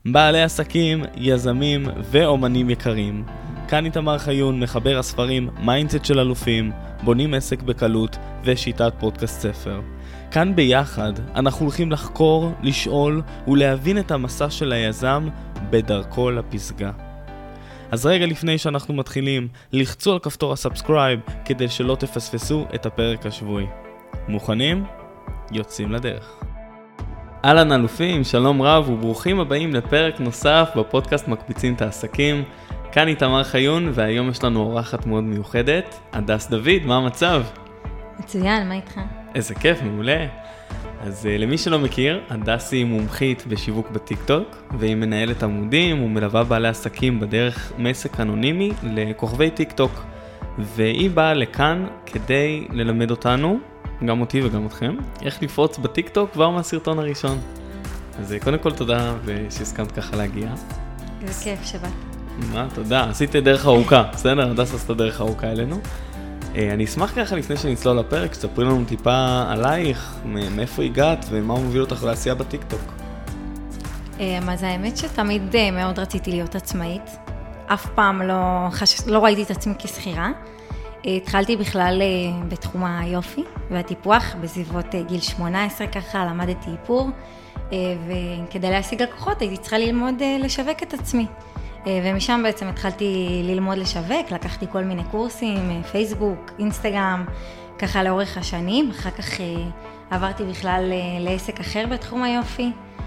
בעלי עסקים, יזמים ואומנים יקרים. כאן איתמר חיון, מחבר הספרים מיינדסט של אלופים, בונים עסק בקלות ושיטת פודקאסט ספר. כאן ביחד אנחנו הולכים לחקור, לשאול ולהבין את המסע של היזם בדרכו לפסגה. אז רגע לפני שאנחנו מתחילים, לחצו על כפתור הסאבסקרייב כדי שלא תפספסו את הפרק השבועי. מוכנים? יוצאים לדרך. אהלן אלופים, שלום רב וברוכים הבאים לפרק נוסף בפודקאסט מקפיצים את העסקים. כאן איתמר חיון והיום יש לנו אורחת מאוד מיוחדת, הדס דוד, מה המצב? מצוין, מה איתך? איזה כיף, מעולה. אז למי שלא מכיר, הדס היא מומחית בשיווק בטיקטוק, והיא מנהלת עמודים ומלווה בעלי עסקים בדרך מעסק אנונימי לכוכבי טיקטוק. והיא באה לכאן כדי ללמד אותנו, גם אותי וגם אתכם, איך לפרוץ בטיקטוק כבר מהסרטון הראשון. אז קודם כל תודה ושהסכמת ככה להגיע. איזה כיף שבאת. מה, תודה. עשית דרך ארוכה, בסדר? הדס עשתה דרך ארוכה אלינו. אני אשמח ככה לפני שנצלול לפרק, שתספרי לנו טיפה עלייך, מאיפה הגעת ומה מוביל אותך לעשייה בטיקטוק. אז האמת שתמיד מאוד רציתי להיות עצמאית. אף פעם לא ראיתי את עצמי כשכירה. התחלתי בכלל בתחום היופי והטיפוח, בסביבות גיל 18 ככה, למדתי איפור, וכדי להשיג לקוחות הייתי צריכה ללמוד לשווק את עצמי. ומשם בעצם התחלתי ללמוד לשווק, לקחתי כל מיני קורסים, פייסבוק, אינסטגרם, ככה לאורך השנים. אחר כך עברתי בכלל לעסק אחר בתחום היופי,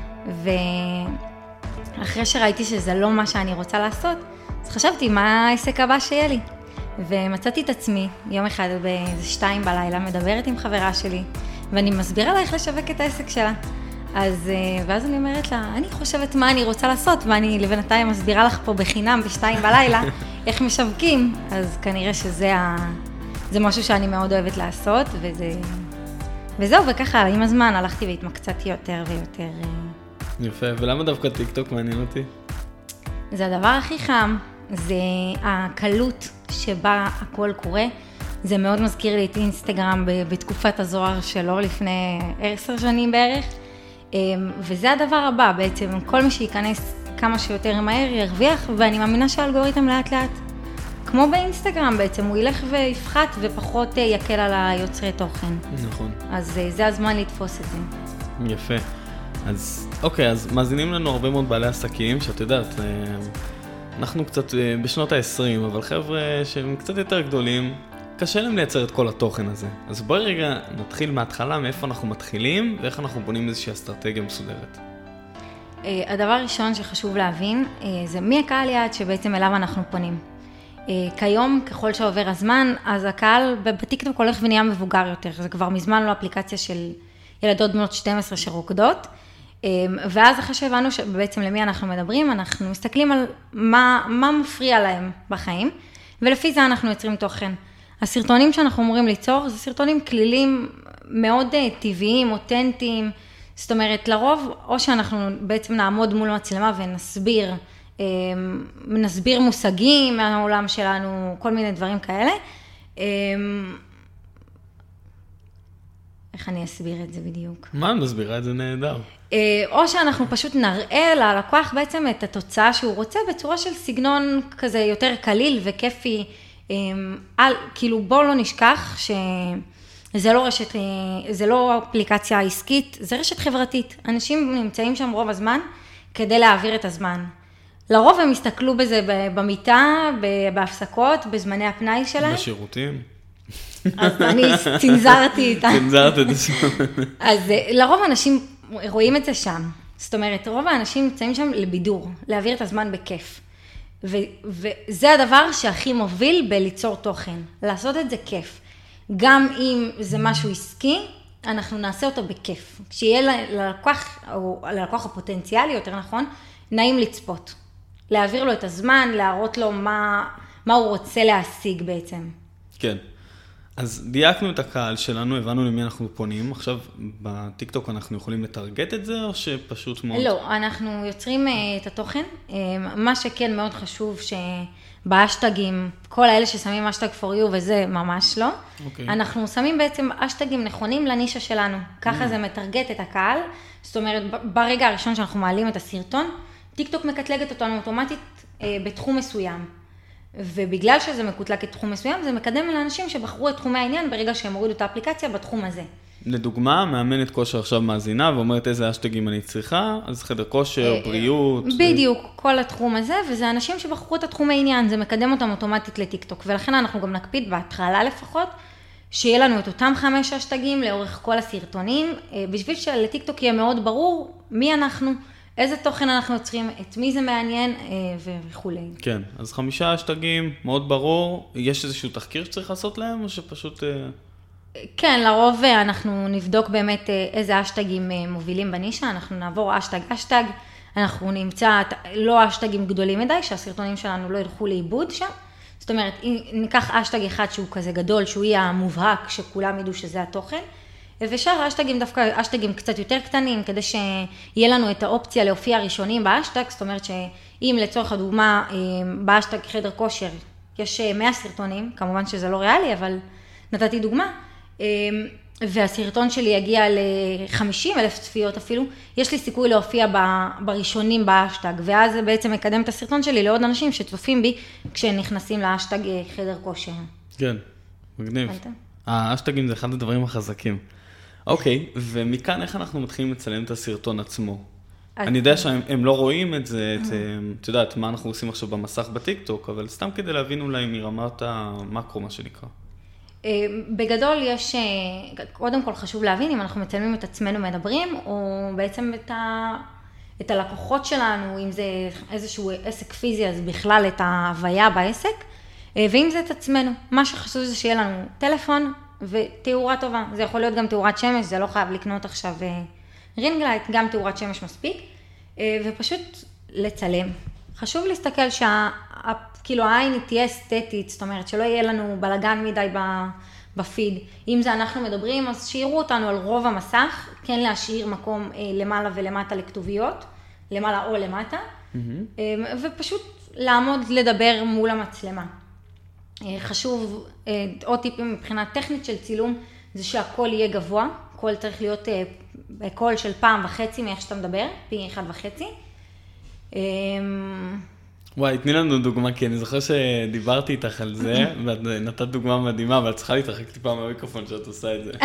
ואחרי שראיתי שזה לא מה שאני רוצה לעשות, אז חשבתי מה העסק הבא שיהיה לי. ומצאתי את עצמי יום אחד באיזה 2 בלילה מדברת עם חברה שלי, ואני מסבירה לה איך לשווק את העסק שלה. ואז אני אומרת לה, אני חושבת מה אני רוצה לעשות, ואני לבינתיים מסבירה לך פה בחינם ב2 בלילה איך משווקים. אז כנראה שזה משהו שאני מאוד אוהבת לעשות, וזהו, וככה עם הזמן הלכתי והתמקצעתי יותר ויותר. יפה, ולמה דווקא טיקטוק מעניין אותי? זה הדבר הכי חם, זה הקלות שבה הכל קורה. זה מאוד מזכיר לי את אינסטגרם בתקופת הזוהר שלו לפני 10 שנים בערך. וזה הדבר הבא בעצם, כל מי שייכנס כמה שיותר מהר ירוויח, ואני מאמינה שהאלגוריתם לאט לאט, כמו באינסטגרם בעצם, הוא ילך ויפחת ופחות יקל על היוצרי תוכן. נכון. אז זה הזמן לתפוס את זה. יפה. אז אוקיי, אז מאזינים לנו הרבה מאוד בעלי עסקים, שאת יודעת, אנחנו קצת בשנות ה-20, אבל חבר'ה שהם קצת יותר גדולים, קשה להם לייצר את כל התוכן הזה. אז בואי רגע נתחיל מההתחלה, מאיפה אנחנו מתחילים, ואיך אנחנו בונים איזושהי אסטרטגיה מסודרת. הדבר הראשון שחשוב להבין, זה מי הקהל יעד שבעצם אליו אנחנו פונים. כיום, ככל שעובר הזמן, אז הקהל בטיקטוק הולך ונהיה מבוגר יותר. זה כבר מזמן לא אפליקציה של ילדות בנות 12 שרוקדות. ואז אחרי שהבנו שבעצם למי אנחנו מדברים, אנחנו מסתכלים על מה מפריע להם בחיים, ולפי זה אנחנו יוצרים תוכן. הסרטונים שאנחנו אמורים ליצור, זה סרטונים כלילים מאוד טבעיים, אותנטיים. זאת אומרת, לרוב, או שאנחנו בעצם נעמוד מול מצלמה ונסביר מושגים מהעולם שלנו, כל מיני דברים כאלה. איך אני אסביר את זה בדיוק? מה אני מסבירה את זה נהדר? או שאנחנו פשוט נראה ללקוח בעצם את התוצאה שהוא רוצה בצורה של סגנון כזה יותר קליל וכיפי. כאילו בואו לא נשכח שזה לא רשת, זה לא אפליקציה עסקית, זה רשת חברתית. אנשים נמצאים שם רוב הזמן כדי להעביר את הזמן. לרוב הם הסתכלו בזה במיטה, בהפסקות, בזמני הפנאי שלהם. בשירותים. אז אני צנזרתי איתה. צנזרת את זה. אז לרוב האנשים רואים את זה שם. זאת אומרת, רוב האנשים נמצאים שם לבידור, להעביר את הזמן בכיף. וזה הדבר שהכי מוביל בליצור תוכן, לעשות את זה כיף. גם אם זה משהו עסקי, אנחנו נעשה אותו בכיף. כשיהיה ללקוח, או ללקוח הפוטנציאלי, יותר נכון, נעים לצפות. להעביר לו את הזמן, להראות לו מה הוא רוצה להשיג בעצם. כן. אז דייקנו את הקהל שלנו, הבנו למי אנחנו פונים. עכשיו בטיקטוק אנחנו יכולים לטרגט את זה, או שפשוט מאוד? לא, אנחנו יוצרים את התוכן. מה שכן מאוד חשוב שבהשטגים, כל האלה ששמים השטג for you וזה ממש לא. אנחנו שמים בעצם השטגים נכונים לנישה שלנו. ככה זה מטרגט את הקהל. זאת אומרת, ברגע הראשון שאנחנו מעלים את הסרטון, טיקטוק מקטלגת אותנו אוטומטית בתחום מסוים. ובגלל שזה מקוטלג כתחום מסוים, זה מקדם לאנשים שבחרו את תחומי העניין ברגע שהם הורידו את האפליקציה בתחום הזה. לדוגמה, מאמנת כושר עכשיו מאזינה ואומרת איזה אשטגים אני צריכה, אז חדר כושר, בריאות. בדיוק, כל התחום הזה, וזה אנשים שבחרו את התחום העניין, זה מקדם אותם אוטומטית לטיקטוק, ולכן אנחנו גם נקפיד בהתחלה לפחות, שיהיה לנו את אותם 5 אשטגים לאורך כל הסרטונים, בשביל שלטיקטוק יהיה מאוד ברור מי אנחנו, איזה תוכן אנחנו יוצרים, את מי זה מעניין וכו'. כן, אז 5 אשטגים, מאוד ברור. יש איזשהו תחקיר שצריך לעשות להם, או שפשוט... כן, לרוב אנחנו נבדוק באמת איזה אשטגים מובילים בנישה, אנחנו נעבור אשטג, אנחנו נמצא לא אשטגים גדולים מדי, שהסרטונים שלנו לא ילכו לאיבוד שם. זאת אומרת, ניקח אשטג אחד שהוא כזה גדול, שהוא יהיה המובהק, שכולם ידעו שזה התוכן, ושאר אשטגים דווקא אשטגים קצת יותר קטנים, כדי שיהיה לנו את האופציה להופיע ראשונים באשטג, זאת אומרת שאם לצורך הדוגמה באשטג חדר כושר יש 100 סרטונים, כמובן שזה לא ריאלי, אבל נתתי דוגמה, והסרטון שלי יגיע ל-50,000 צפיות אפילו, יש לי סיכוי להופיע בראשונים באשטג, ואז זה בעצם מקדם את הסרטון שלי לעוד אנשים שצופים בי כשהם נכנסים לאשטג חדר כושר. כן, מגניב. האשטגים זה אחד הדברים החזקים. אוקיי, ומכאן איך אנחנו מתחילים לצלם את הסרטון עצמו? אני יודע שהם לא רואים את זה, את יודעת, מה אנחנו עושים עכשיו במסך בטיקטוק, אבל סתם כדי להבין אולי מרמת המקרו, מה שנקרא. בגדול יש, קודם כל חשוב להבין אם אנחנו מצלמים את עצמנו מדברים, או בעצם את הלקוחות שלנו, אם זה איזשהו עסק פיזי, אז בכלל את ההוויה בעסק, ואם זה את עצמנו. מה שחשוב זה שיהיה לנו טלפון ותאורה טובה. זה יכול להיות גם תאורת שמש, זה לא חייב לקנות עכשיו רינגלייט, גם תאורת שמש מספיק, ופשוט לצלם. חשוב להסתכל כאילו העין תהיה אסתטית, זאת אומרת שלא יהיה לנו בלגן מדי בפיד. אם זה אנחנו מדברים, אז שיראו אותנו על רוב המסך, כן להשאיר מקום למעלה ולמטה לכתוביות, למעלה או למטה, ופשוט לעמוד לדבר מול המצלמה. חשוב, עוד טיפים מבחינה טכנית של צילום, זה שהקול יהיה גבוה, קול צריך להיות קול של 1.5 מאיך שאתה מדבר, פי 1.5. וואי, תני לנו דוגמה, כי אני זוכר שדיברתי איתך על זה, ואת נתת דוגמה מדהימה, ואת צריכה להתרחק טיפה מהמיקרופון שאת עושה את זה.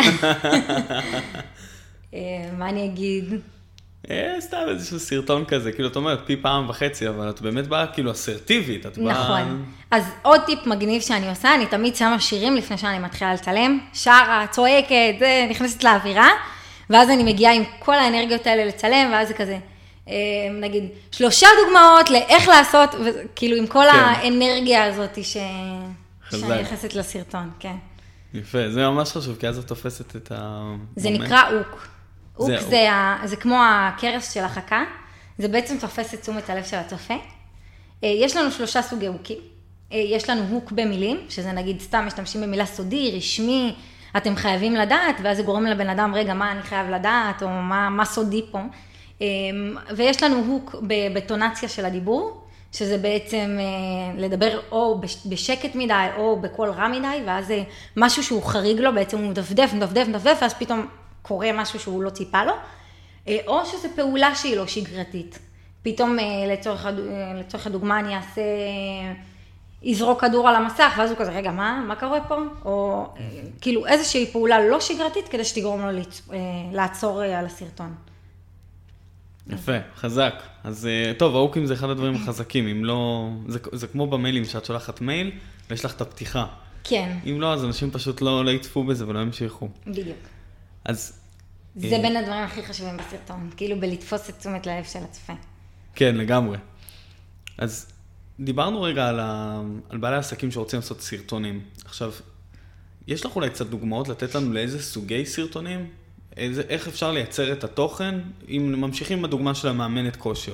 מה אני אגיד? סתם איזשהו סרטון כזה, כאילו את אומרת פי 1.5, אבל את באמת באה כאילו אסרטיבית, את באה... נכון. אז עוד טיפ מגניב שאני עושה, אני תמיד שמה שירים לפני שאני מתחילה לצלם, שרה, צועקת, נכנסת לאווירה, ואז אני מגיעה עם כל האנרגיות האלה לצלם, ואז זה כזה... נגיד, 3 דוגמאות לאיך לעשות, כאילו עם כל האנרגיה הזאת שאני נכנסת לסרטון, כן. יפה, זה ממש חשוב, כי אז את תופסת את זה נקרא אוק. אוק זה כמו הקרס של החכה, זה בעצם תופס את תשומת הלב של הצופה. יש לנו 3 סוגי אוקים. יש לנו הוק במילים, שזה נגיד סתם משתמשים במילה סודי, רשמי, אתם חייבים לדעת, ואז זה גורם לבן אדם, רגע, מה אני חייב לדעת, או מה סודי פה. ויש לנו הוק בטונציה של הדיבור, שזה בעצם לדבר או בשקט מדי, או בקול רע מדי, ואז זה משהו שהוא חריג לו, בעצם הוא מדפדף, ואז פתאום קורה משהו שהוא לא ציפה לו, או שזה פעולה שהיא לא שגרתית. פתאום לצורך הדוגמה אני אעשה, יזרוק כדור על המסך, ואז הוא כזה, רגע, מה קורה פה? או כאילו איזושהי פעולה לא שגרתית, כדי שתגרום לו לעצור על הסרטון. יפה, חזק. אז טוב, האוקים זה אחד הדברים החזקים, אם לא, זה כמו במיילים שאת שולחת מייל, ויש לך את הפתיחה. כן. אם לא, אז אנשים פשוט לא יצפו בזה ולא ימשיכו. בדיוק. אז... זה בין הדברים הכי חשובים בסרטון, כאילו בלתפוס את תשומת לב של הצופה. כן, לגמרי. אז דיברנו רגע על בעלי העסקים שרוצים לעשות סרטונים. עכשיו, יש לך אולי קצת דוגמאות לתת לנו לאיזה סוגי סרטונים? איך אפשר לייצר את התוכן, אם ממשיכים בדוגמה של המאמנת כושר?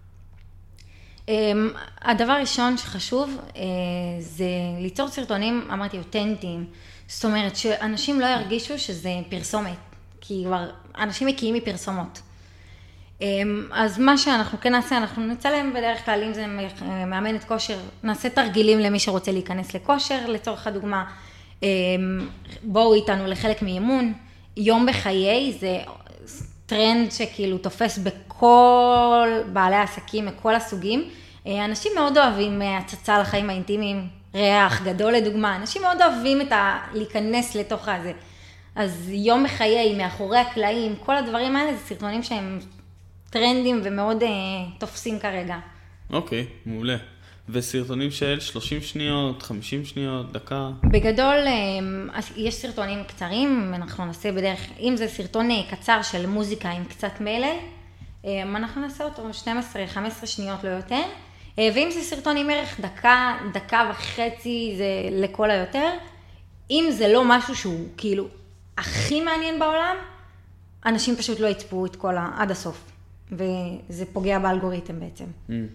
הדבר הראשון שחשוב זה ליצור סרטונים, אמרתי, אותנטיים. זאת אומרת שאנשים לא ירגישו שזה פרסומת, כי כבר אנשים מקיאים מפרסומות. אז מה שאנחנו כן נעשה, אנחנו נצלם בדרך כלל, אם זה מאמנת כושר, נעשה תרגילים למי שרוצה להיכנס לכושר, לצורך הדוגמה, בואו איתנו לחלק מאימון, יום בחיי זה טרנד שכאילו תופס מכל בעלי העסקים, מכל הסוגים. אנשים מאוד אוהבים הצצה לחיים האינטימיים, ריח גדול לדוגמה, אנשים מאוד אוהבים להיכנס לתוך הזה. אז יום בחיי, מאחורי הקלעים, כל הדברים האלה זה סרטונים שהם טרנדים ומאוד תופסים כרגע. אוקיי, מעולה. וסרטונים של 30 שניות, 50 שניות, דקה? בגדול, יש סרטונים קצרים, אנחנו נעשה בדרך, אם זה סרטון קצר של מוזיקה עם קצת מלל, אנחנו נעשה אותו 12-15 שניות לא יותר, ואם זה סרטון עם ערך דקה, דקה וחצי, זה לכל היותר, אם זה לא משהו שהוא כאילו הכי מעניין בעולם, אנשים פשוט לא יצפו את כל עד הסוף, וזה פוגע באלגוריתם בעצם.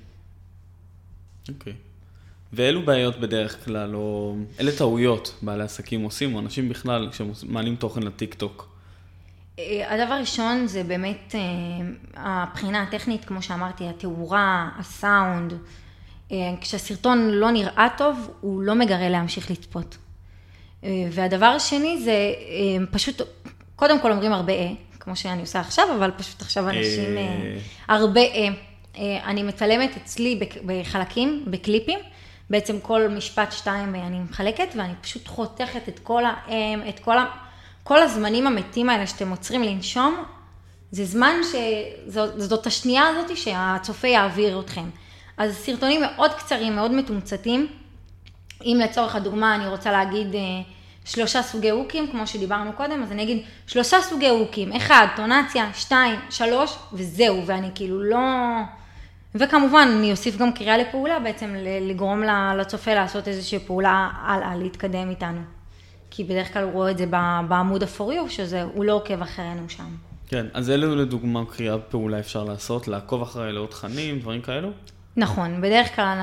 אוקיי. ואילו בעיות בדרך כלל, או אלה טעויות בעלי עסקים עושים, או אנשים בכלל כשמעלים תוכן לטיק-טוק? הדבר הראשון זה באמת הבחינה הטכנית, כמו שאמרתי, התאורה, הסאונד. כשהסרטון לא נראה טוב, הוא לא מגרה להמשיך לצפות. והדבר השני זה פשוט, קודם כל אומרים הרבה כמו שאני עושה עכשיו, אבל פשוט עכשיו אנשים הרבה אני מצלמת אצלי בחלקים, בקליפים, בעצם כל משפט 2 אני מחלקת, ואני פשוט חותכת את את כל הזמנים המתים האלה שאתם עוצרים לנשום, זה זמן זאת השנייה הזאת שהצופה יעביר אתכם. אז סרטונים מאוד קצרים, מאוד מתומצתים. אם לצורך הדוגמה אני רוצה להגיד 3 סוגי הוקים, כמו שדיברנו קודם, אז אני אגיד 3 סוגי הוקים, 1, טונציה, 2, 3, וזהו, ואני כאילו לא... וכמובן, אני אוסיף גם קריאה לפעולה, בעצם לגרום לצופה לעשות איזושהי פעולה הלאה, להתקדם איתנו. כי בדרך כלל הוא רואה את זה בעמוד הפוריו, שזה הוא לא עוקב אחרינו שם. כן, אז אלו לדוגמה קריאה פעולה אפשר לעשות, לעקוב אחרי לעוד תכנים, דברים כאלו? נכון, בדרך כלל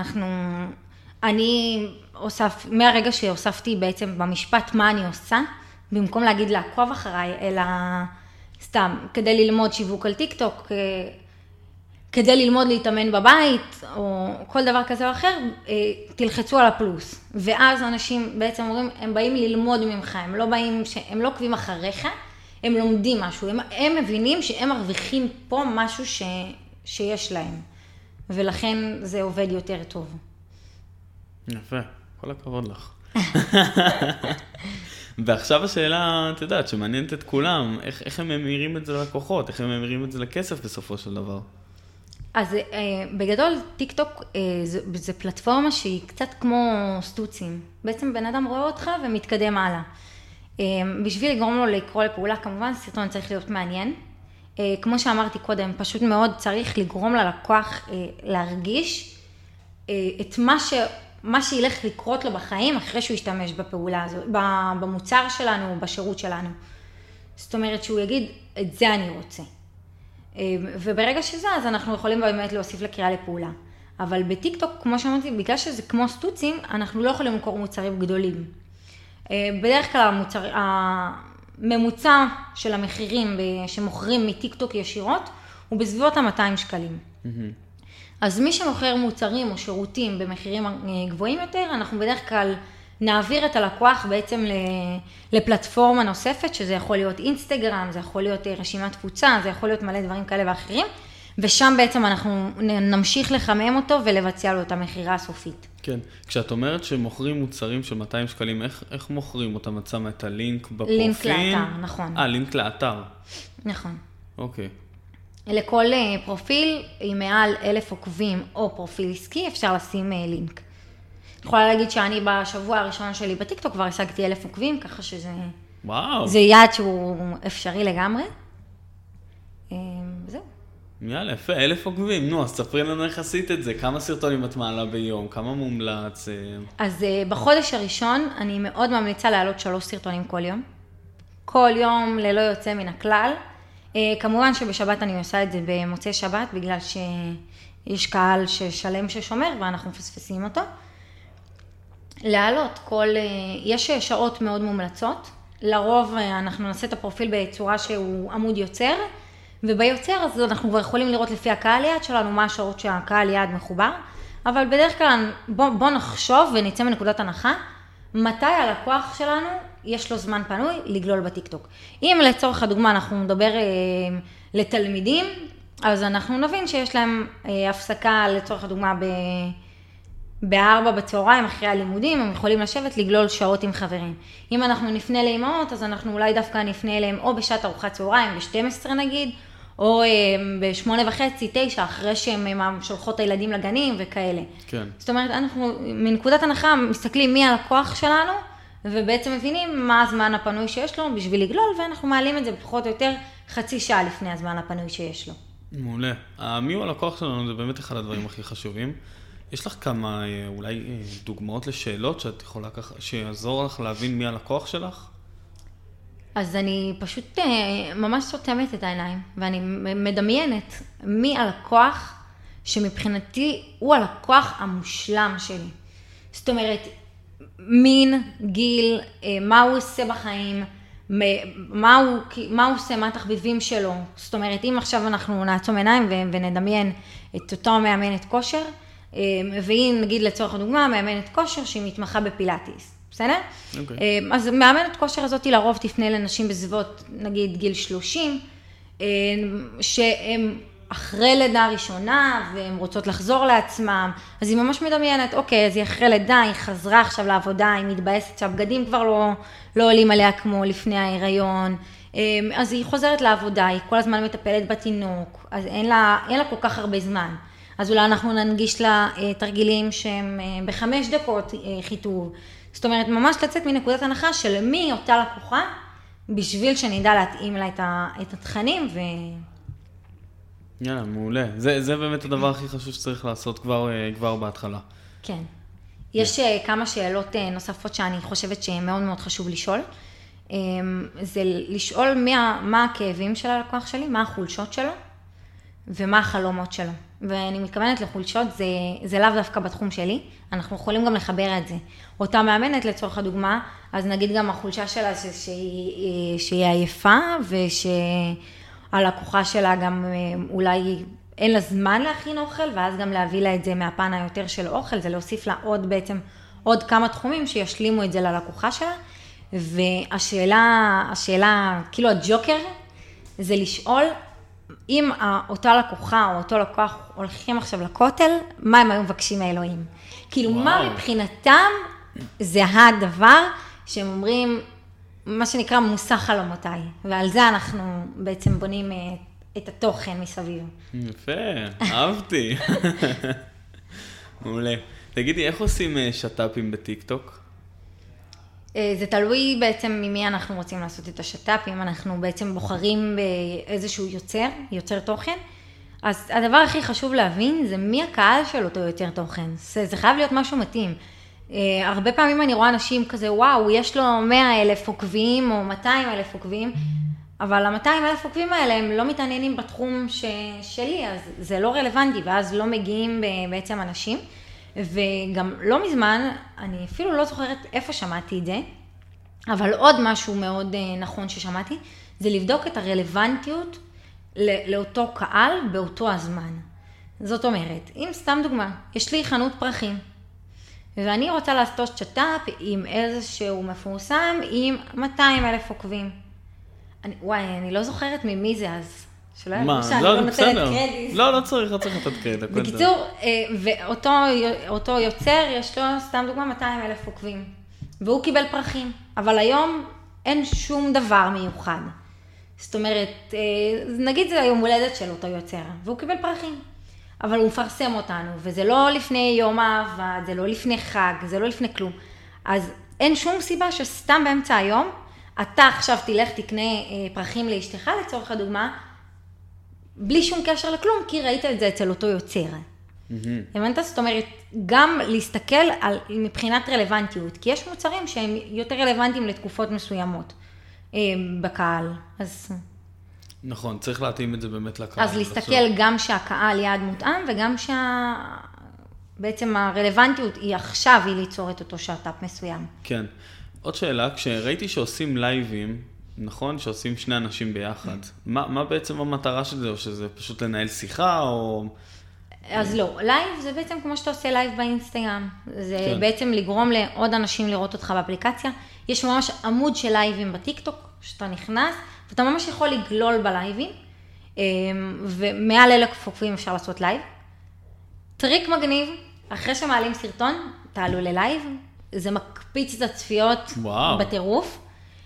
מהרגע שהוספתי בעצם במשפט מה אני עושה, במקום להגיד לעקוב אחריי, אלא סתם, כדי ללמוד שיווק על טיק-טוק, כדי ללמוד להתאמן בבית, או כל דבר כזה או אחר, תלחצו על הפלוס. ואז אנשים בעצם אומרים, הם באים ללמוד ממך, הם לא עוקבים אחריך, הם לומדים משהו, הם מבינים שהם מרוויחים פה משהו שיש להם. ולכן זה עובד יותר טוב. יפה, כל הכבוד לך. ועכשיו השאלה, את יודעת, שמעניינת את כולם, איך הם ממירים את זה ללקוחות, איך הם ממירים את זה לכסף בסופו של דבר? אז בגדול, טיק-טוק זה פלטפורמה שהיא קצת כמו סטוצים. בעצם בן אדם רואה אותך ומתקדם הלאה. בשביל לגרום לו לקרוא לפעולה, כמובן, סרטון צריך להיות מעניין. כמו שאמרתי קודם, פשוט מאוד צריך לגרום ללקוח להרגיש את מה שילך לקרות לו בחיים אחרי שהוא ישתמש בפעולה הזו, במוצר שלנו, בשירות שלנו. זאת אומרת שהוא יגיד, את זה אני רוצה. וברגע שזה, אז אנחנו יכולים באמת להוסיף לקריאה לפעולה. אבל בטיק-טוק, כמו שאמרתי, בגלל שזה כמו סטוצים, אנחנו לא יכולים למכור מוצרים גדולים. בדרך כלל הממוצע של המחירים שמוכרים מטיק-טוק ישירות, הוא בסביבות ה-200 שקלים. אז מי שמוכר מוצרים או שירותים במחירים גבוהים יותר, אנחנו בדרך כלל נעביר את הלקוח בעצם לפלטפורמה נוספת, שזה יכול להיות אינסטגרם, זה יכול להיות רשימת תפוצה, זה יכול להיות מלא דברים כאלה ואחרים, ושם בעצם אנחנו נמשיך לחמם אותו ולבצע לו את המחירה הסופית. כן, כשאת אומרת שמוכרים מוצרים של 200 שקלים, איך מוכרים אותם? את שמה את הלינק בפרופיל? לינק לאתר, נכון. לינק לאתר. נכון. אוקיי. לכל פרופיל, עם מעל 1,000 עוקבים או פרופיל עסקי, אפשר לשים לינק. אני יכולה להגיד שאני בשבוע הראשון שלי בטיקטוק כבר השגתי 1,000 עוקבים, ככה שזה... וואו. זה יעד שהוא אפשרי לגמרי. זהו. יאללה, יפה, 1,000 עוקבים. נו, אז ספרי לנו איך עשית את זה. כמה סרטונים את מעלה ביום? כמה מומלץ? אז בחודש הראשון אני מאוד ממליצה להעלות 3 סרטונים כל יום. כל יום ללא יוצא מן הכלל. כמובן שבשבת אני עושה את זה במוצאי שבת, בגלל שיש קהל שלם ששומר ואנחנו מפספסים אותו. להעלות יש שעות מאוד מומלצות. לרוב אנחנו נעשה את הפרופיל בצורה שהוא עמוד יוצר, וביוצר אז אנחנו כבר יכולים לראות לפי הקהל יעד שלנו מה השעות שהקהל יעד מחובר, אבל בדרך כלל בוא נחשוב ונצא מנקודת הנחה, מתי הלקוח שלנו יש לו זמן פנוי לגלול בטיקטוק. אם לצורך הדוגמה אנחנו נדבר לתלמידים, אז אנחנו נבין שיש להם הפסקה, לצורך הדוגמה, ב-4 בצהריים אחרי הלימודים, הם יכולים לשבת לגלול שעות עם חברים. אם אנחנו נפנה לאמהות, אז אנחנו אולי דווקא נפנה אליהם או בשעת ארוחת צהריים, ב-12 נגיד, או ב-8:30, 9, אחרי שהן שולחות את הילדים לגנים וכאלה. כן. זאת אומרת, אנחנו מנקודת הנחה מסתכלים מי הלקוח שלנו, ובעצם מבינים מה הזמן הפנוי שיש לו בשביל לגלול, ואנחנו מעלים את זה בפחות או יותר חצי שעה לפני הזמן הפנוי שיש לו. מעולה. מי הוא הלקוח שלנו זה באמת אחד הדברים הכי חשובים. יש לך כמה אולי דוגמאות לשאלות שאת יכולה ככה, שיעזור לך להבין מי הלקוח שלך? אז אני פשוט ממש סותמת את העיניים, ואני מדמיינת מי הלקוח שמבחינתי הוא הלקוח המושלם שלי. זאת אומרת, מין, גיל, מה הוא עושה בחיים, מה הוא עושה, מה התחביבים שלו. זאת אומרת, אם עכשיו אנחנו נעצום עיניים ונדמיין את אותו מאמנת כושר, והיא נגיד לצורך הדוגמה, מאמנת כושר שהיא מתמחה בפילאטיס. בסדר? אוקיי. אז מאמנת כושר הזאת היא לרוב תפנה לנשים בסביבות, נגיד, גיל 30, שהם אחרי לידה ראשונה, והן רוצות לחזור לעצמם, אז היא ממש מדמיינת, אוקיי, אז היא אחרי לידה, היא חזרה עכשיו לעבודה, היא מתבאסת שהבגדים כבר לא עולים עליה כמו לפני ההיריון, אז היא חוזרת לעבודה, היא כל הזמן מטפלת בתינוק, אז אין לה כל כך הרבה זמן. אז אולי אנחנו ננגיש לה תרגילים שהם ב5 דקות חיטוב. זאת אומרת, ממש לצאת מנקודת הנחה של מי אותה לקוחה, בשביל שנדע להתאים לה את התכנים יאללה, מעולה. זה באמת הדבר הכי חשוב שצריך לעשות כבר בהתחלה. כן. יש כמה שאלות נוספות שאני חושבת שמאוד מאוד חשוב לשאול. זה לשאול מה הכאבים של הלקוח שלי, מה החולשות שלו, ומה החלומות שלו. ואני מתכוונת לחולשות, זה לאו דווקא בתחום שלי, אנחנו יכולים גם לחבר את זה. אותה מאמנת לצורך הדוגמה, אז נגיד גם החולשה שלה שהיא עייפה, ושהלקוחה שלה גם אולי אין לה זמן להכין אוכל, ואז גם להביא לה את זה מהפן היותר של אוכל, זה להוסיף לה עוד כמה תחומים שישלימו את זה ללקוחה שלה. והשאלה, כאילו הג'וקר, זה לשאול, אם אותה לקוחה או אותו לקוח הולכים עכשיו לכותל, מה הם היו מבקשים מאלוהים? כאילו, מה מבחינתם זה הדבר שהם אומרים, מה שנקרא מושא חלומותיי, ועל זה אנחנו בעצם בונים את התוכן מסביב. יפה, אהבתי. מעולה. תגידי, איך עושים שטאפים בטיקטוק? זה תלוי בעצם ממי אנחנו רוצים לעשות את השטאפים, אנחנו בעצם בוחרים באיזשהו יוצר תוכן, אז הדבר הכי חשוב להבין זה מי הקהל של אותו יוצר תוכן, זה חייב להיות משהו מתאים. הרבה פעמים אני רואה אנשים כזה, וואו, יש לו 100,000 עוקבים או 200,000 עוקבים, אבל ה-200,000 עוקבים האלה הם לא מתעניינים בתחום שלי, אז זה לא רלוונטי, ואז לא מגיעים בעצם אנשים. וגם לא מזמן, אני אפילו לא זוכרת איפה שמעתי את זה, אבל עוד משהו מאוד נכון ששמעתי, זה לבדוק את הרלוונטיות לאותו קהל באותו הזמן. זאת אומרת, אם סתם דוגמה, יש לי חנות פרחים, ואני רוצה לעשות שטאפ עם איזשהו מפורסם עם 200,000 עוקבים. אני לא זוכרת ממי זה אז. מה? לא, בסדר. לא צריך לתת קרדיט. בקיצור, ואותו יוצר, יש לו סתם דוגמה 200,000 עוקבים, והוא קיבל פרחים, אבל היום אין שום דבר מיוחד. זאת אומרת, נגיד זה היום הולדת של אותו יוצר, והוא קיבל פרחים, אבל הוא מפרסם אותנו, וזה לא לפני יום האהבה, זה לא לפני חג, זה לא לפני כלום. אז אין שום סיבה שסתם באמצע היום, אתה עכשיו תלך תקנה פרחים לאשתך לצורך הדוגמה, בלי שום קשר לכלום, כי ראית את זה אצל אותו יוצר. הבנת? זאת אומרת, גם להסתכל מבחינת רלוונטיות, כי יש מוצרים שהם יותר רלוונטיים לתקופות מסוימות בקהל. נכון, צריך להתאים את זה באמת לקהל. אז להסתכל גם שהקהל יעד מותאם, וגם בעצם הרלוונטיות היא עכשיו, היא ליצור את אותו שטאפ מסוים. כן. עוד שאלה, כשראיתי שעושים לייבים, נכון? שעושים שני אנשים ביחד. מה בעצם המטרה של זה? או שזה פשוט לנהל שיחה, או... אז לא, לייב זה בעצם כמו שאתה עושה לייב באינסטגרם. זה בעצם לגרום לעוד אנשים לראות אותך באפליקציה. יש ממש עמוד של לייבים בטיקטוק, שאתה נכנס, ואתה ממש יכול לגלול בלייבים. ומעל 1,000 עוקבים אפשר לעשות לייב. טריק מגניב, אחרי שמעלים סרטון, תעלו ללייב, זה מקפיץ את הצפיות בטירוף.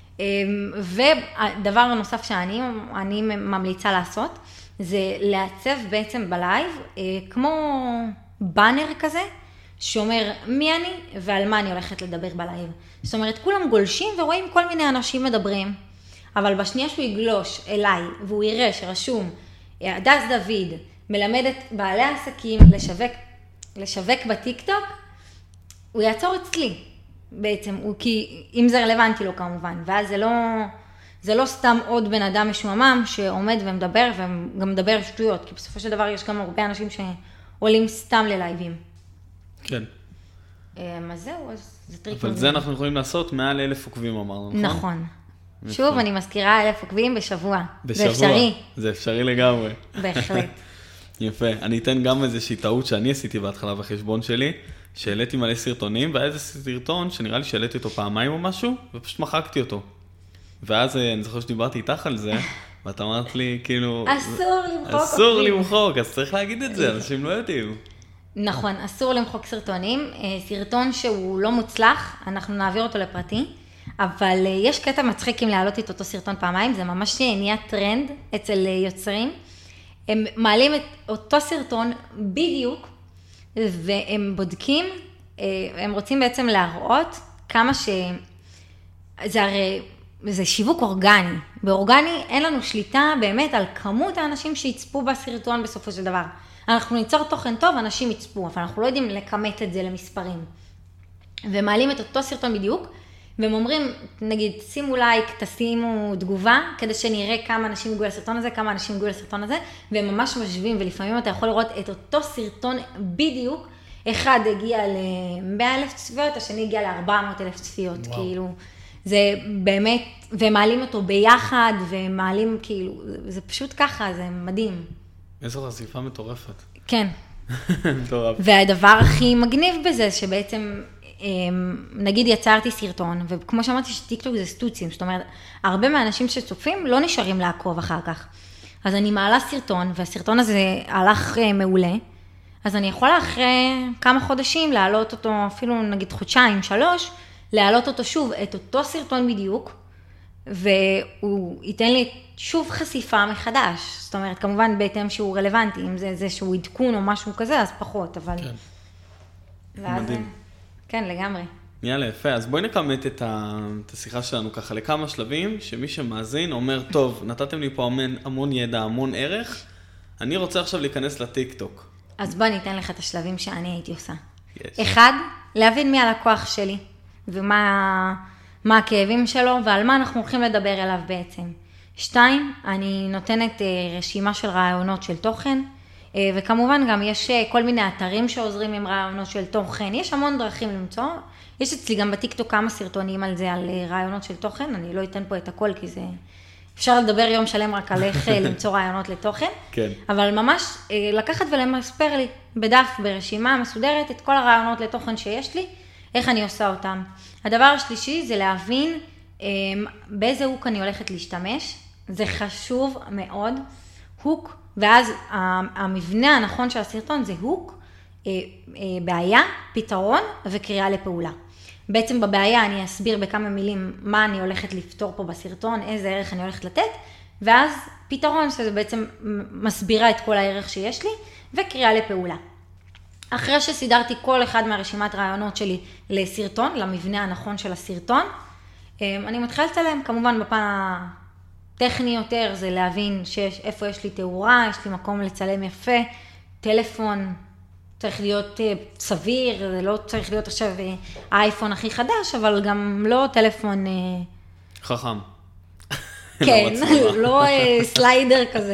ודבר נוסף שאני ממליצה לעשות, זה לעצב בעצם בלייב, כמו באנר כזה, שאומר מי אני ועל מה אני הולכת לדבר בלייב. זאת אומרת, כולם גולשים ורואים כל מיני אנשים מדברים, אבל בשנייה שהוא יגלוש אליי, והוא יראה שרשום, הדס דוד מלמדת בעלי עסקים לשווק בטיקטוק, הוא יעצור אצלי בעצם, כי אם זה רלוונטי לו כמובן, ואז זה לא סתם עוד בן אדם משועמם שעומד ומדבר, וגם מדבר שטויות, כי בסופו של דבר יש גם הרבה אנשים שעולים סתם ללייבים. כן. אז זהו, אז זה טריק. אבל זה אנחנו יכולים לעשות מעל 1,000 עוקבים, אמרנו, נכון? נכון. שוב, אני מזכירה 1,000 עוקבים בשבוע. בשבוע. זה אפשרי. זה אפשרי לגמרי. בהחלט. יפה. אני אתן גם איזושהי טעות שאני עשיתי בהתחלה בחשבון שלי, שהעליתי מלא סרטונים, והיה איזה סרטון שנראה לי שהעליתי אותו פעמיים או משהו, ופשוט מחקתי אותו. ואז אני זוכר שדיברתי איתך על זה, ואת אמרת לי, כאילו... אסור למחוק. אסור למחוק, אז צריך להגיד את זה, אנשים לא יודעים. נכון, אסור למחוק סרטונים. סרטון שהוא לא מוצלח, אנחנו נעביר אותו לפרטי, אבל יש קטע מצחיק אם להעלות את אותו סרטון פעמיים, זה ממש נהיה טרנד אצל יוצרים. הם מעלים את אותו סרטון בדיוק, והם בודקים, הם רוצים בעצם להראות כמה זה שיווק אורגני. באורגני אין לנו שליטה באמת על כמות האנשים שיצפו בסרטון בסופו של דבר. אנחנו ניצור תוכן טוב, אנשים יצפו, אבל אנחנו לא יודעים לכמת את זה למספרים. ומעלים את אותו סרטון בדיוק, והם אומרים, נגיד, שימו לייק, תשימו תגובה, כדי שנראה כמה אנשים הגיעו לסרטון הזה, כמה אנשים הגיעו לסרטון הזה, והם ממש משווים, ולפעמים אתה יכול לראות את אותו סרטון בדיוק, אחד הגיע ל100,000 צפיות, השני הגיע ל400,000 צפיות, כאילו, זה באמת, ומעלים אותו ביחד, ומעלים כאילו, זה פשוט ככה, זה מדהים. איזו חשיפה מטורפת. כן. מטורף. והדבר הכי מגניב בזה, שבעצם, נגיד יצרתי סרטון, וכמו שאמרתי שטיקטוק זה סטוצים, זאת אומרת, הרבה מהאנשים שצופים לא נשארים לעקוב אחר כך. אז אני מעלה סרטון, והסרטון הזה הלך מעולה, אז אני יכולה אחרי כמה חודשים להעלות אותו, אפילו נגיד חודשיים, 3, להעלות אותו שוב, את אותו סרטון בדיוק, והוא ייתן לי שוב חשיפה מחדש. זאת אומרת, כמובן בהתאם שהוא רלוונטי, אם זה איזשהו עדכון או משהו כזה, אז פחות, אבל... כן. מדהים. כן, לגמרי. יאללה, יפה. אז בואי נכמת את השיחה שלנו ככה לכמה שלבים, שמי שמאזין אומר, טוב, נתתם לי פה המון ידע, המון ערך, אני רוצה עכשיו להיכנס לטיק-טוק. אז בוא ניתן לך את השלבים שאני הייתי עושה. אחד, להבין מי הלקוח שלי, ומה הכאבים שלו, ועל מה אנחנו הולכים לדבר אליו בעצם. 2, אני נותנת רשימה של רעיונות של תוכן, וכמובן גם יש כל מיני אתרים שעוזרים עם רעיונות של תוכן, יש המון דרכים למצוא, יש אצלי גם בטיקטוק כמה סרטונים על זה, על רעיונות של תוכן, אני לא אתן פה את הכל כי זה, אפשר לדבר יום שלם רק על איך למצוא רעיונות לתוכן, כן. אבל ממש לקחת ולמספר לי בדף, ברשימה מסודרת, את כל הרעיונות לתוכן שיש לי, איך אני עושה אותם. הדבר השלישי זה להבין באיזה הוק אני הולכת להשתמש, זה חשוב מאוד, הוק, ואז המבנה הנכון של הסרטון זה הוק, בעיה, פתרון וקריאה לפעולה. בעצם בבעיה אני אסביר בכמה מילים מה אני הולכת לפתור פה בסרטון, איזה ערך אני הולכת לתת, ואז פתרון שזה בעצם מסבירה את כל הערך שיש לי, וקריאה לפעולה. אחרי שסידרתי כל אחד מהרשימת רעיונות שלי לסרטון, למבנה הנכון של הסרטון, אני מתחילה לצלם, כמובן בפן הטכני יותר, זה להבין איפה יש לי תאורה, יש לי מקום לצלם יפה, טלפון צריך להיות סביר, זה לא צריך להיות עכשיו האייפון הכי חדש, אבל גם לא טלפון... חכם. כן, לא סליידר כזה.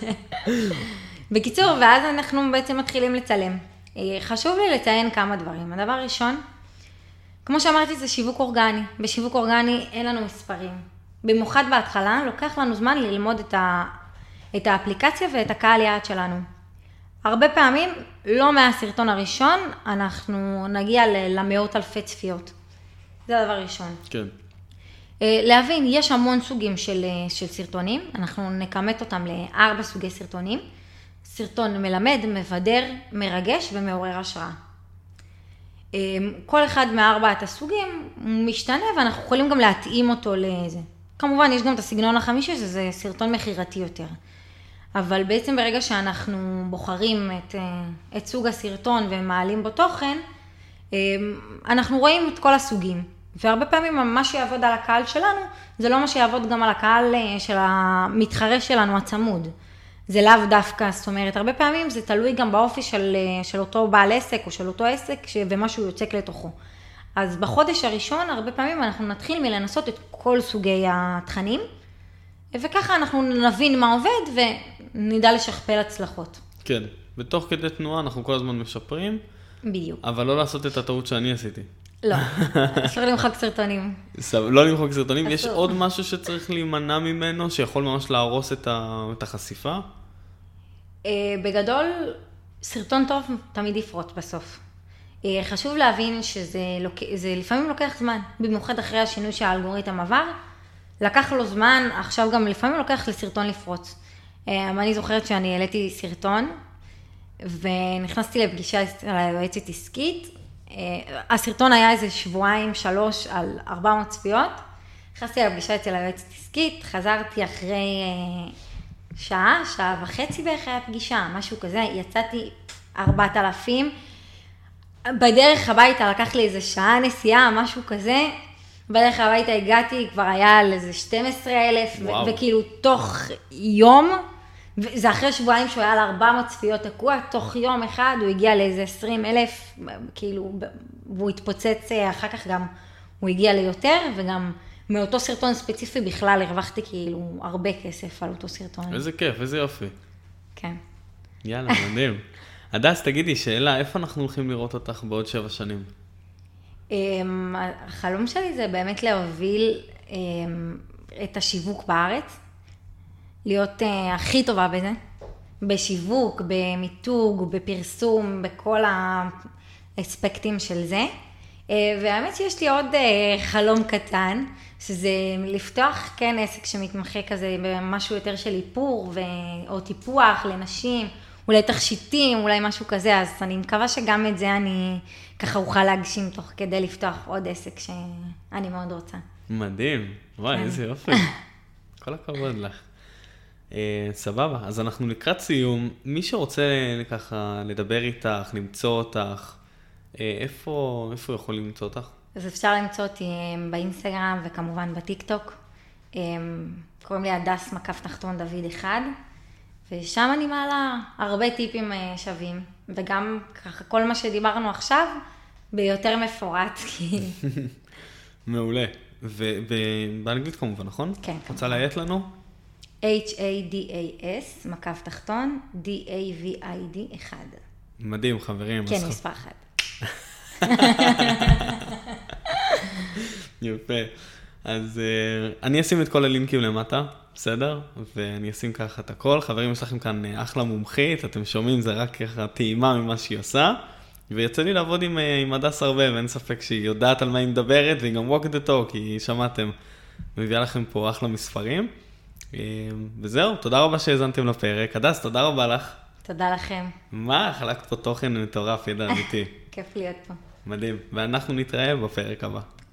בקיצור, ואז אנחנו בעצם מתחילים לצלם. חשוב לי לציין כמה דברים. הדבר הראשון, כמו שאמרתי, זה שיווק אורגני. בשיווק אורגני אין לנו מספרים. במיוחד בהתחלה, לוקח לנו זמן ללמוד את האפליקציה ואת הקהל יעד שלנו. הרבה פעמים, לא מהסרטון הראשון, אנחנו נגיע למאות אלפי צפיות. זה הדבר ראשון. כן. להבין, יש המון סוגים של סרטונים, אנחנו נכמת אותם ל4 סוגי סרטונים. סרטון מלמד, מבדר, מרגש ומעורר השראה. כל אחד מ4 הסוגים משתנה ואנחנו יכולים גם להתאים אותו לזה. כמובן, יש גם את הסגנון החמישי, שזה סרטון מחירתי יותר. אבל בעצם ברגע שאנחנו בוחרים את סוג הסרטון ומעלים בו תוכן, אנחנו רואים את כל הסוגים. והרבה פעמים מה שיעבוד על הקהל שלנו, זה לא מה שיעבוד גם על הקהל של המתחרה שלנו הצמוד. זה לאו דווקא, זאת אומרת, הרבה פעמים זה תלוי גם באופי של אותו בעל עסק או של אותו עסק ומה שהוא יוצק לתוכו. אז בחודש הראשון, הרבה פעמים אנחנו נתחיל מלנסות את כל סוגי התכנים, וככה אנחנו נבין מה עובד ונדע לשכפל הצלחות. כן, בתוך כדי תנועה אנחנו כל הזמן משפרים. בדיוק. אבל לא לעשות את הטעות שאני עשיתי. לא, אפשר למחוק סרטונים. לא למחוק סרטונים, יש עוד משהו שצריך להימנע ממנו, שיכול ממש להרוס את החשיפה? בגדול, סרטון טוב תמיד יפרוט בסוף. חשוב להבין שזה לפעמים לוקח זמן, במיוחד אחרי השינוי שהאלגוריתם עבר, לקח לו זמן, עכשיו גם לפעמים לוקח לסרטון לפרוץ. אני זוכרת שאני העליתי סרטון, ונכנסתי לפגישה על היועצת עסקית, הסרטון היה איזה 2-3 על 400 צפיות, נכנסתי לפגישה אצל היועצת עסקית, חזרתי אחרי שעה וחצי בערך היה פגישה, משהו כזה, יצאתי 4,000, בדרך הביתה לקח לי איזה שעה נסיעה, משהו כזה, בדרך הביתה הגעתי, כבר היה על איזה 12,000, וכאילו תוך יום, זה אחרי שבועיים שהוא היה על 400 צפיות תקוע, תוך יום אחד הוא הגיע לאיזה 20,000, כאילו, והוא התפוצץ אחר כך גם, הוא הגיע ליותר, וגם מאותו סרטון ספציפי בכלל הרווחתי כאילו הרבה כסף על אותו סרטון. איזה כיף, איזה יופי. כן. יאללה, מדהים. הדס, תגידי, שאלה, איפה אנחנו הולכים לראות אותך בעוד 7 שנים? החלום שלי זה באמת להוביל את השיווק בארץ, להיות הכי טובה בזה, בשיווק, במיתוג, בפרסום, בכל האספקטים של זה. והאמת שיש לי עוד חלום קטן, שזה לפתוח כן עסק שמתמחה כזה במשהו יותר של איפור או טיפוח לנשים, אולי תכשיטים, אולי משהו כזה, אז אני מקווה שגם את זה אני ככה אוכל להגשים תוך כדי לפתוח עוד עסק שאני מאוד רוצה. מדהים, וואי, איזה יופי. כל הכבוד לך. סבבה, אז אנחנו לקראת סיום. מי שרוצה ככה לדבר איתך, למצוא אותך, איפה יכול למצוא אותך? אז אפשר למצוא אותי באינסטגרם וכמובן בטיקטוק. קוראים לי הדס _דוד 1, ושם אני מעלה הרבה טיפים שווים, וגם ככה כל מה שדיברנו עכשיו ביותר מפורט. מעולה. ובאנגלית כמובן, נכון? כן. רוצה להיית לנו? HADAS _DAVID 1. מדהים, חברים. כן, מספר 1. יפה. אז אני אשים את כל הלינקים למטה, בסדר? ואני אשים ככה את הכל. חברים, יש לכם כאן אחלה מומחית, אתם שומעים, זה רק ככה טעימה ממה שהיא עושה. ויצא לי לעבוד עם הדס הרבה, ואין ספק שהיא יודעת על מה היא מדברת, והיא גם walk the talk, כי שמעתם, מביאה לכם פה אחלה מספרים. וזהו, תודה רבה שהזנתם לפרק. הדס, תודה רבה לך. תודה לכם. מה? חלקת פה תוכן מטורף, ידע אמיתי. כיף להיות פה. מדהים, ואנחנו נתראה בפרק הבא.